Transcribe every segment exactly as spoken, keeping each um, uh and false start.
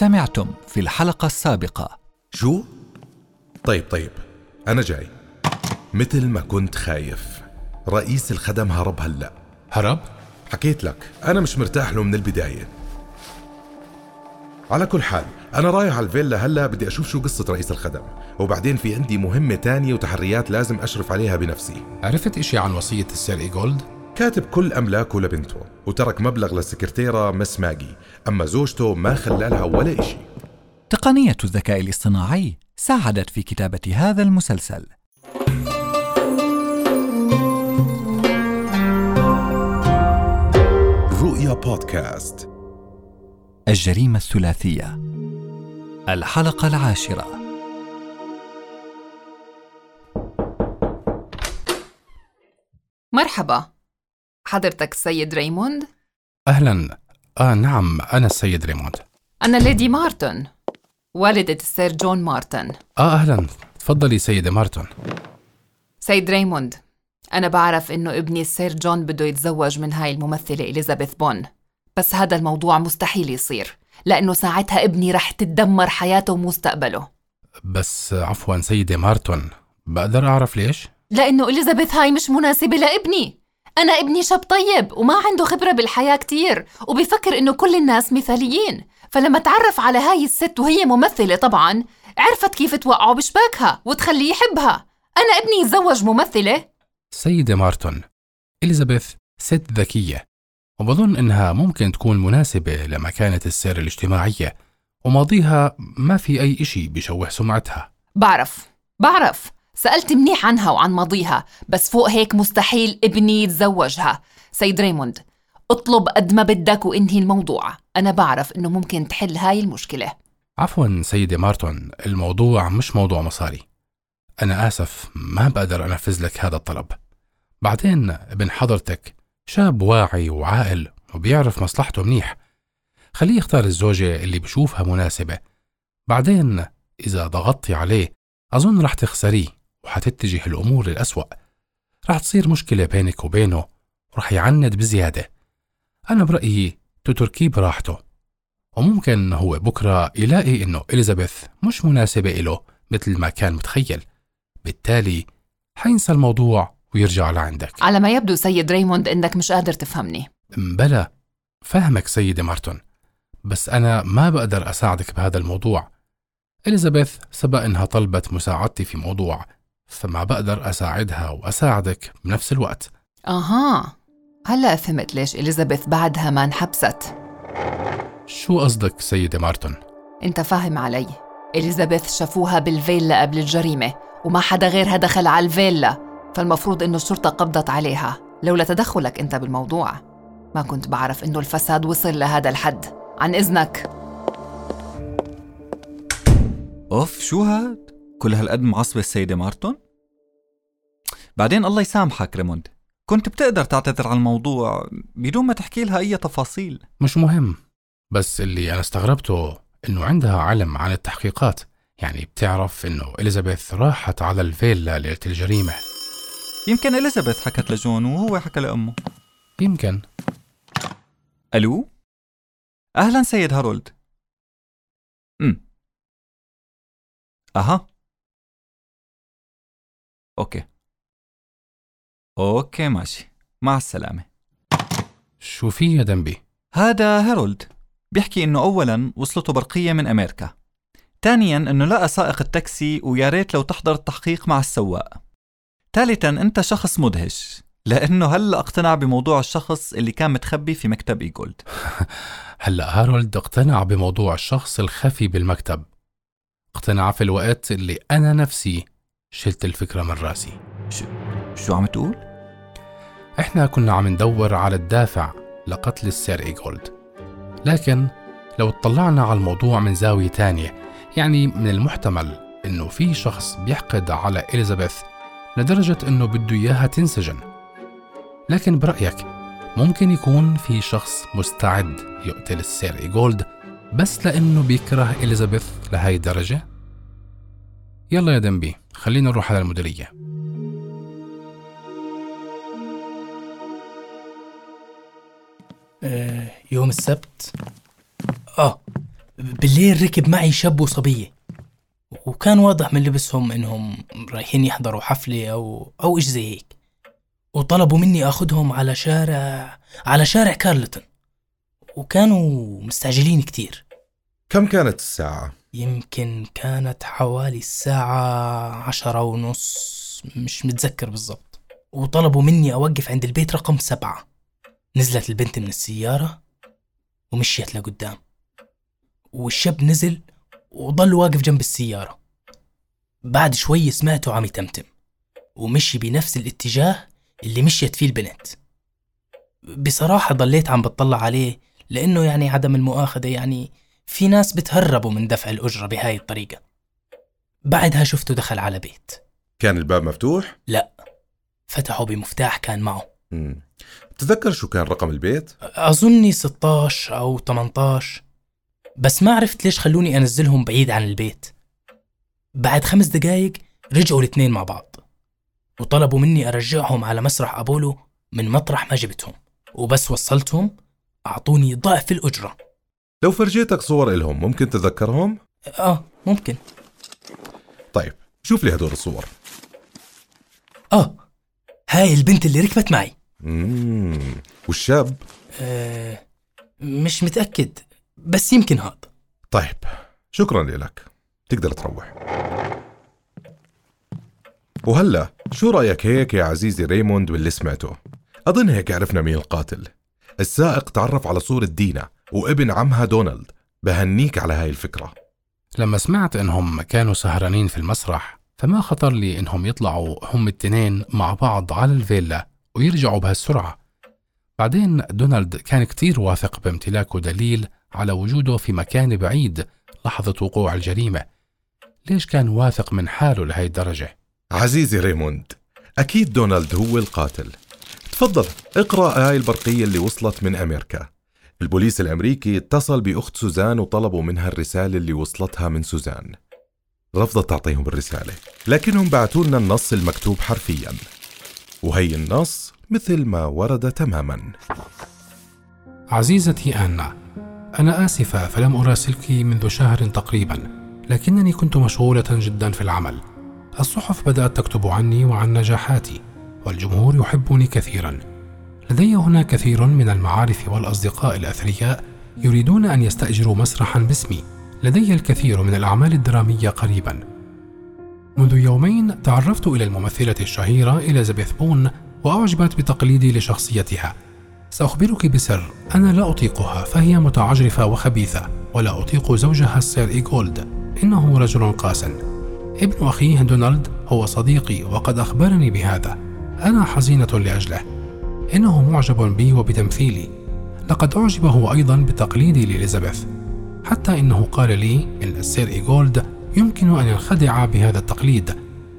سمعتم في الحلقة السابقة. شو؟ طيب طيب أنا جاي. مثل ما كنت خايف، رئيس الخدم هرب هلأ. هرب؟ حكيت لك أنا مش مرتاح له من البداية. على كل حال أنا رايح على الفيلا هلأ، بدي أشوف شو قصة رئيس الخدم، وبعدين في عندي مهمة تانية وتحريات لازم أشرف عليها بنفسي. عرفت إشي عن وصية السير إيغولد؟ كاتب كل أملاكه لبنته، وترك مبلغ للسكرتيرة مس ماجي، أما زوجته ما خلالها ولا إشي. تقنية الذكاء الاصطناعي ساعدت في كتابة هذا المسلسل. رؤيا بودكاست. الجريمة الثلاثية، الحلقة العاشرة. مرحبا، حضرتك السيد ريموند؟ أهلاً. آه نعم، أنا السيد ريموند. أنا ليدي مارتن، والدة السير جون مارتن. آه أهلاً، تفضلي سيدة مارتن. سيد ريموند، أنا بعرف إنه ابني السير جون بده يتزوج من هاي الممثلة إليزابيث بون، بس هذا الموضوع مستحيل يصير، لأنه ساعتها ابني رح تتدمر حياته ومستقبله. بس عفواً سيدة مارتن، بقدر أعرف ليش؟ لأنه إليزابيث هاي مش مناسبة لابني. أنا ابني شاب طيب وما عنده خبرة بالحياة كتير، وبيفكر إنه كل الناس مثاليين، فلما تعرف على هاي الست وهي ممثلة طبعاً عرفت كيف توقعه بشباكها وتخليه يحبها. أنا ابني يتزوج ممثلة؟ سيدة مارتن، إليزابيث ست ذكية، وبظن إنها ممكن تكون مناسبة لمكانة السير الاجتماعية، وماضيها ما في أي إشي بيشوه سمعتها. بعرف بعرف سألت منيح عنها وعن ماضيها، بس فوق هيك مستحيل ابني يتزوجها. سيد ريموند، اطلب قد ما بدك وانهي الموضوع، أنا بعرف إنه ممكن تحل هاي المشكلة. عفواً سيدة مارتن، الموضوع مش موضوع مصاري. أنا آسف، ما بقدر أنفذ لك هذا الطلب. بعدين ابن حضرتك شاب واعي وعاقل وبيعرف مصلحته منيح، خليه يختار الزوجة اللي بشوفها مناسبة. بعدين إذا ضغطتي عليه أظن رح تخسريه وحتتجه الأمور للأسوأ، رح تصير مشكلة بينك وبينه ورح يعند بزيادة. أنا برأيي تتركيه براحته، وممكن هو بكرة يلاقي إنه إليزابيث مش مناسبة إله مثل ما كان متخيل، بالتالي حينسى الموضوع ويرجع لعندك. على ما يبدو سيد ريموند إنك مش قادر تفهمني. بلى، فهمك سيدة مارتن، بس أنا ما بقدر أساعدك بهذا الموضوع. إليزابيث سبق إنها طلبت مساعدتي في موضوع، فما بقدر أساعدها وأساعدك بنفس الوقت. أها، هلأ فهمت ليش إليزابيث بعدها ما انحبست. شو قصدك سيدة مارتن؟ أنت فاهم علي. إليزابيث شافوها بالفيلا قبل الجريمة، وما حدا غيرها دخل على الفيلا، فالمفروض إنه الشرطة قبضت عليها. لولا تدخلك أنت بالموضوع ما كنت بعرف إنه الفساد وصل لهذا الحد. عن إذنك. أوف، شو هاد؟ كل هالقد معصبة السيدة مارتن؟ بعدين الله يسامحك ريموند، كنت بتقدر تعتذر عن الموضوع بدون ما تحكي لها أي تفاصيل. مش مهم، بس اللي أنا استغربته إنه عندها علم عن التحقيقات، يعني بتعرف إنه إليزابيث راحت على الفيلا ليلة الجريمة. يمكن إليزابيث حكت لجون وهو حكى لأمه. يمكن. ألو؟ أهلا سيد هارولد. أم أها أوكي أوكي ماشي، مع السلامة. شو في يا دنبي؟ هذا هارولد بيحكي إنه أولاً وصلته برقية من أمريكا، ثانياً إنه لقى سائق التاكسي ويا ريت لو تحضر التحقيق مع السواق، ثالثاً أنت شخص مدهش لأنه هلأ اقتنع بموضوع الشخص اللي كان متخبي في مكتب إيغولد. هلأ هارولد اقتنع بموضوع الشخص الخفي بالمكتب، اقتنع في الوقت اللي أنا نفسي شلت الفكرة من راسي. شو, شو عم تقول؟ إحنا كنا عم ندور على الدافع لقتل السير إيغولد، لكن لو اطلعنا على الموضوع من زاوية تانية، يعني من المحتمل إنه في شخص بيحقد على إليزابيث لدرجة إنه بده إياها تنسجن. لكن برأيك ممكن يكون في شخص مستعد يقتل السير إيغولد بس لأنه بيكره إليزابيث لهاي الدرجة؟ يلا يا دنبي، خلينا نروح على المديرية. آه يوم السبت. آه بالليل ركب معي شاب وصبية، وكان واضح من لبسهم إنهم رايحين يحضروا حفلة أو أو إيش زي هيك، وطلبوا مني أخذهم على شارع على شارع كارلتون، وكانوا مستعجلين كتير. كم كانت الساعة؟ يمكن كانت حوالي الساعة عشرة ونص، مش متذكر بالضبط. وطلبوا مني أوقف عند البيت رقم سبعة. نزلت البنت من السيارة ومشيت لقدام، والشاب نزل وضل واقف جنب السيارة. بعد شوي سمعته عم يتمتم ومشي بنفس الاتجاه اللي مشيت فيه البنت. بصراحة ضليت عم بتطلع عليه، لأنه يعني عدم المؤاخذة يعني في ناس بتهربوا من دفع الأجرة بهاي الطريقة. بعدها شفته دخل على بيت. كان الباب مفتوح؟ لا، فتحه بمفتاح كان معه. مم. تتذكر شو كان رقم البيت؟ أظني ستة عشر أو ثمانية عشر، بس ما عرفت ليش خلوني أنزلهم بعيد عن البيت. بعد خمس دقايق رجعوا الاثنين مع بعض وطلبوا مني أرجعهم على مسرح أبولو من مطرح ما جبتهم، وبس وصلتهم أعطوني ضعف الأجرة. لو فرجيتك صور إلهم ممكن تذكرهم؟ آه ممكن. طيب شوف لي هدول الصور. آه هاي البنت اللي ركبت معي. مم. والشاب؟ آه مش متأكد، بس يمكن هذا. طيب شكرا لك، تقدر تروح. وهلا شو رأيك هيك يا عزيزي ريموند باللي سمعته؟ أظن هيك عرفنا مين القاتل. السائق تعرف على صورة دينا وابن عمها دونالد. بهنيك على هاي الفكرة. لما سمعت إنهم كانوا سهرانين في المسرح فما خطر لي إنهم يطلعوا هم التنين مع بعض على الفيلا ويرجعوا بهالسرعة. بعدين دونالد كان كتير واثق بامتلاكه دليل على وجوده في مكان بعيد لحظة وقوع الجريمة. ليش كان واثق من حاله لهي الدرجة؟ عزيزي ريموند، أكيد دونالد هو القاتل. تفضل اقرأ هاي البرقية اللي وصلت من أمريكا. البوليس الأمريكي اتصل بأخت سوزان وطلبوا منها الرسالة اللي وصلتها من سوزان. رفضت تعطيهم الرسالة، لكنهم بعتوا لنا النص المكتوب حرفيا، وهي النص مثل ما ورد تماما. عزيزتي آنا، أنا آسفة فلم أراسلك منذ شهر تقريبا، لكنني كنت مشغولة جدا في العمل. الصحف بدأت تكتب عني وعن نجاحاتي، والجمهور يحبني كثيرا. لدي هنا كثير من المعارف والأصدقاء الأثرياء يريدون أن يستأجروا مسرحا باسمي. لدي الكثير من الأعمال الدرامية قريبا. منذ يومين تعرفت إلى الممثلة الشهيرة إليزابيث بون وأعجبت بتقليدي لشخصيتها. سأخبرك بسر، أنا لا أطيقها، فهي متعجرفة وخبيثة، ولا أطيق زوجها السير إيغولد، إنه رجل قاس. ابن أخيه دونالد هو صديقي وقد أخبرني بهذا. أنا حزينة لأجله، إنه معجب بي وبتمثيلي. لقد أعجب هو أيضا بتقليدي لإليزابيث، حتى إنه قال لي إن السير إيغولد يمكن أن ينخدع بهذا التقليد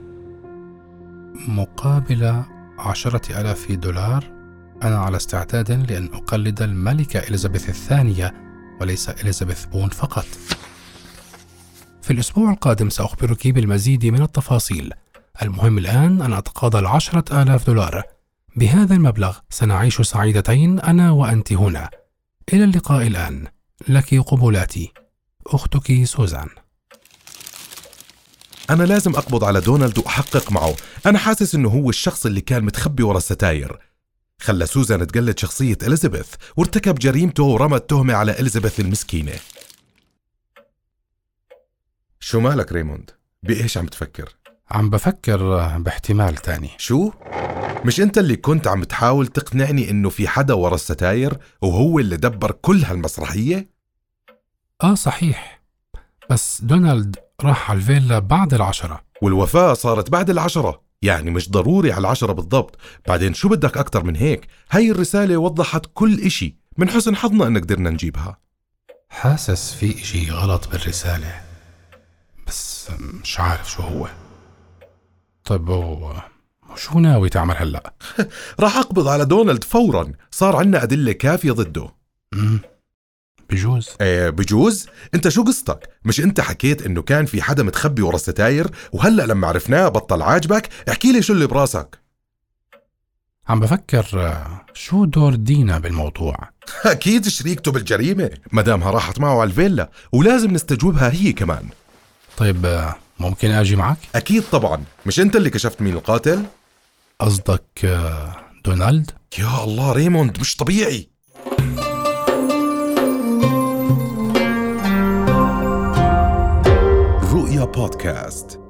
مقابل عشرة آلاف دولار. أنا على استعداد لأن أقلد الملكة إليزابيث الثانية وليس إليزابيث بون فقط. في الأسبوع القادم سأخبرك بالمزيد من التفاصيل. المهم الآن أن أتقاضى العشرة آلاف دولار. بهذا المبلغ سنعيش سعيدتين أنا وأنت هنا. إلى اللقاء الآن. لك قبولاتي، أختك سوزان. أنا لازم أقبض على دونالد وأحقق معه. أنا حاسس إنه هو الشخص اللي كان متخبي ورا الستاير، خلى سوزان تقلد شخصية إليزابيث وارتكب جريمته ورمى التهمة على إليزابيث المسكينة. شو مالك ريموند؟ بإيش عم تفكر؟ عم بفكر باحتمال تاني. شو؟ مش أنت اللي كنت عم تحاول تقنعني إنه في حدا ورا الستاير وهو اللي دبر كل هالمسرحية؟ آه صحيح، بس دونالد راح على الفيلا بعد العشرة، والوفاة صارت بعد العشرة، يعني مش ضروري على العشرة بالضبط. بعدين شو بدك أكتر من هيك؟ هاي الرسالة وضحت كل إشي. من حسن حظنا إن قدرنا نجيبها. حاسس في إشي غلط بالرسالة، بس مش عارف شو هو. طيب وشو ناوي تعمل هلأ؟ راح أقبض على دونالد فوراً. صار عنا أدلة كافية ضده. امم بجوز. ايه بجوز. انت شو قصتك؟ مش انت حكيت انه كان في حدا متخبي ورا الستاير، وهلأ لما عرفناه بطل عاجبك؟ احكي لي شو اللي براسك. عم بفكر آه، شو دور دينا بالموضوع. أكيد شريكته بالجريمة مدامها راحت معه على الفيلا، ولازم نستجوبها هي كمان. طيب آه، ممكن أجي معك؟ أكيد طبعا، مش أنت اللي كشفت مين القاتل؟ قصدك آه، دونالد؟ يا الله ريموند مش طبيعي. رؤيا بودكاست.